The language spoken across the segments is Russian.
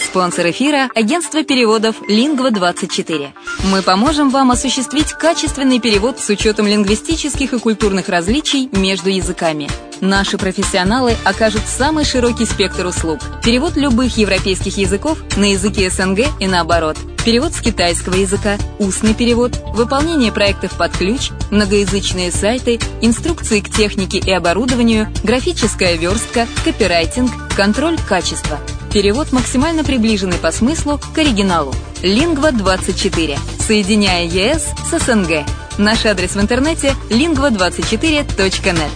Спонсор эфира – агентство переводов Lingva24. Мы поможем вам осуществить качественный перевод с учетом лингвистических и культурных различий между языками. Наши профессионалы окажут самый широкий спектр услуг. Перевод любых европейских языков на языки СНГ и наоборот. Перевод с китайского языка, устный перевод, выполнение проектов под ключ, многоязычные сайты, инструкции к технике и оборудованию, графическая верстка, копирайтинг, контроль качества. Перевод максимально приближенный по смыслу к оригиналу. Lingva24. Соединяя ЕС с СНГ. Наш адрес в интернете lingva24.net.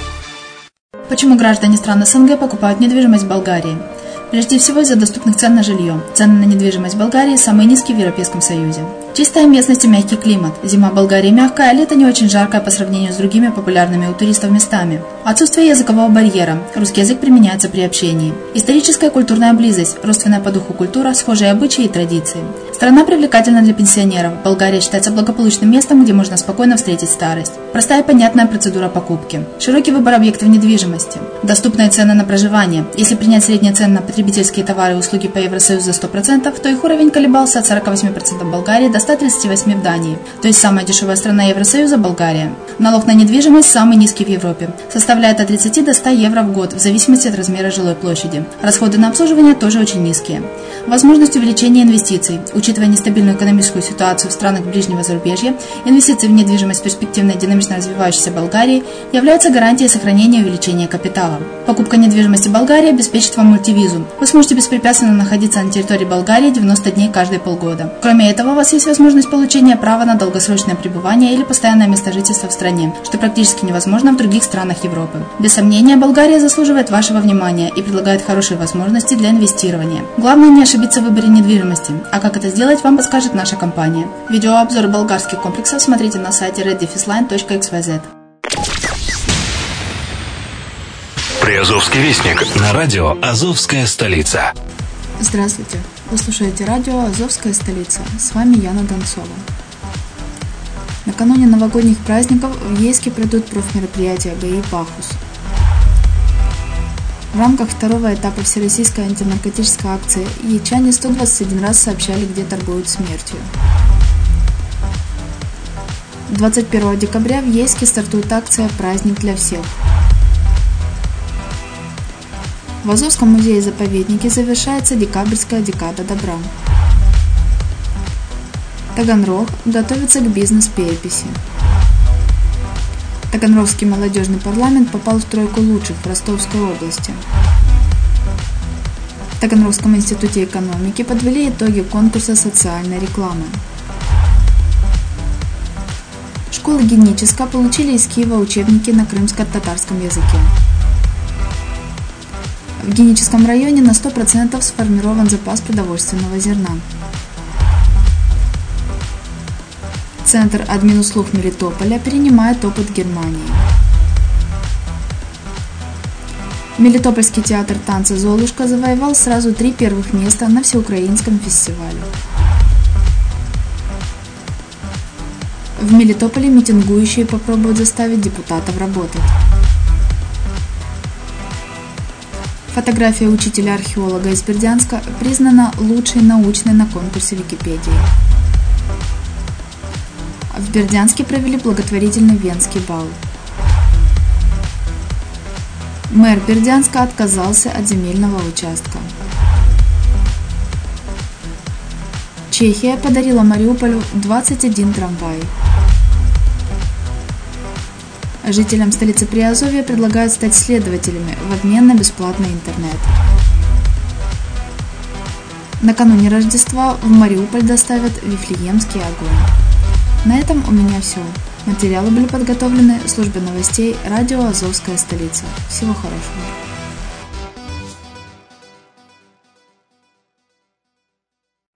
Почему граждане стран СНГ покупают недвижимость в Болгарии? Прежде всего из-за доступных цен на жилье. Цены на недвижимость в Болгарии самые низкие в Европейском Союзе. Чистая местность и мягкий климат. Зима в Болгарии мягкая, а лето не очень жаркое по сравнению с другими популярными у туристов местами. Отсутствие языкового барьера. Русский язык применяется при общении. Историческая и культурная близость. Родственная по духу культура, схожие обычаи и традиции. Страна привлекательна для пенсионеров. Болгария считается благополучным местом, где можно спокойно встретить старость. Простая и понятная процедура покупки. Широкий выбор объектов недвижимости. Доступные цены на проживание. Если принять средние цены на потребительские товары и услуги по Евросоюзу за 100%, то их уровень колебался от 48% в Болгарии до 138% в Дании. То есть самая дешевая страна Евросоюза – Болгария. Налог на недвижимость самый низкий в Европе. Составляет от 30 до 100 евро в год, в зависимости от размера жилой площади. Расходы на обслуживание тоже очень низкие. Возможность увеличения инвестиций. Учитывая нестабильную экономическую ситуацию в странах ближнего зарубежья, инвестиции в недвижимость перспективной и динамично развивающейся Болгарии являются гарантией сохранения и увеличения капитала. Покупка недвижимости в Болгарии обеспечит вам мультивизу. Вы сможете беспрепятственно находиться на территории Болгарии 90 дней каждые полгода. Кроме этого, у вас есть возможность получения права на долгосрочное пребывание или постоянное место жительства в стране, что практически невозможно в других странах Европы. Без сомнения, Болгария заслуживает вашего внимания и предлагает хорошие возможности для инвестирования. Главное не ошибиться в выборе недвижимости, а как это сделать, вам подскажет наша компания. Видеообзор болгарских комплексов смотрите на сайте reddefisline.xyz. Приазовский вестник на радио «Азовская столица». Здравствуйте! Вы слушаете радио «Азовская столица». С вами Яна Донцова. Накануне новогодних праздников в Ейске пройдут профмероприятия ГАИ «Бахус». В рамках второго этапа всероссийской антинаркотической акции яичане 121 раз сообщали, где торгуют смертью. 21 декабря в Ейске стартует акция «Праздник для всех». В Азовском музее-заповеднике завершается декабрьская декада добра. Таганрог готовится к бизнес-переписи. Таганрогский молодежный парламент попал в тройку лучших в Ростовской области. В Таганрогском институте экономики подвели итоги конкурса социальной рекламы. Школы Геническа получили из Киева учебники на крымско-татарском языке. В Геническом районе на 100% сформирован запас продовольственного зерна. Центр админуслуг Мелитополя перенимает опыт Германии. Мелитопольский театр танца «Золушка» завоевал сразу 3 первых места на всеукраинском фестивале. В Мелитополе митингующие попробуют заставить депутатов работать. Фотография учителя-археолога из Бердянска признана лучшей научной на конкурсе Википедии. В Бердянске провели благотворительный венский бал. Мэр Бердянска отказался от земельного участка. Чехия подарила Мариуполю 21 трамвай. Жителям столицы Приазовья предлагают стать следователями в обмен на бесплатный интернет. Накануне Рождества в Мариуполь доставят Вифлеемский огонь. На этом у меня все. Материалы были подготовлены службой новостей радио «Азовская столица». Всего хорошего.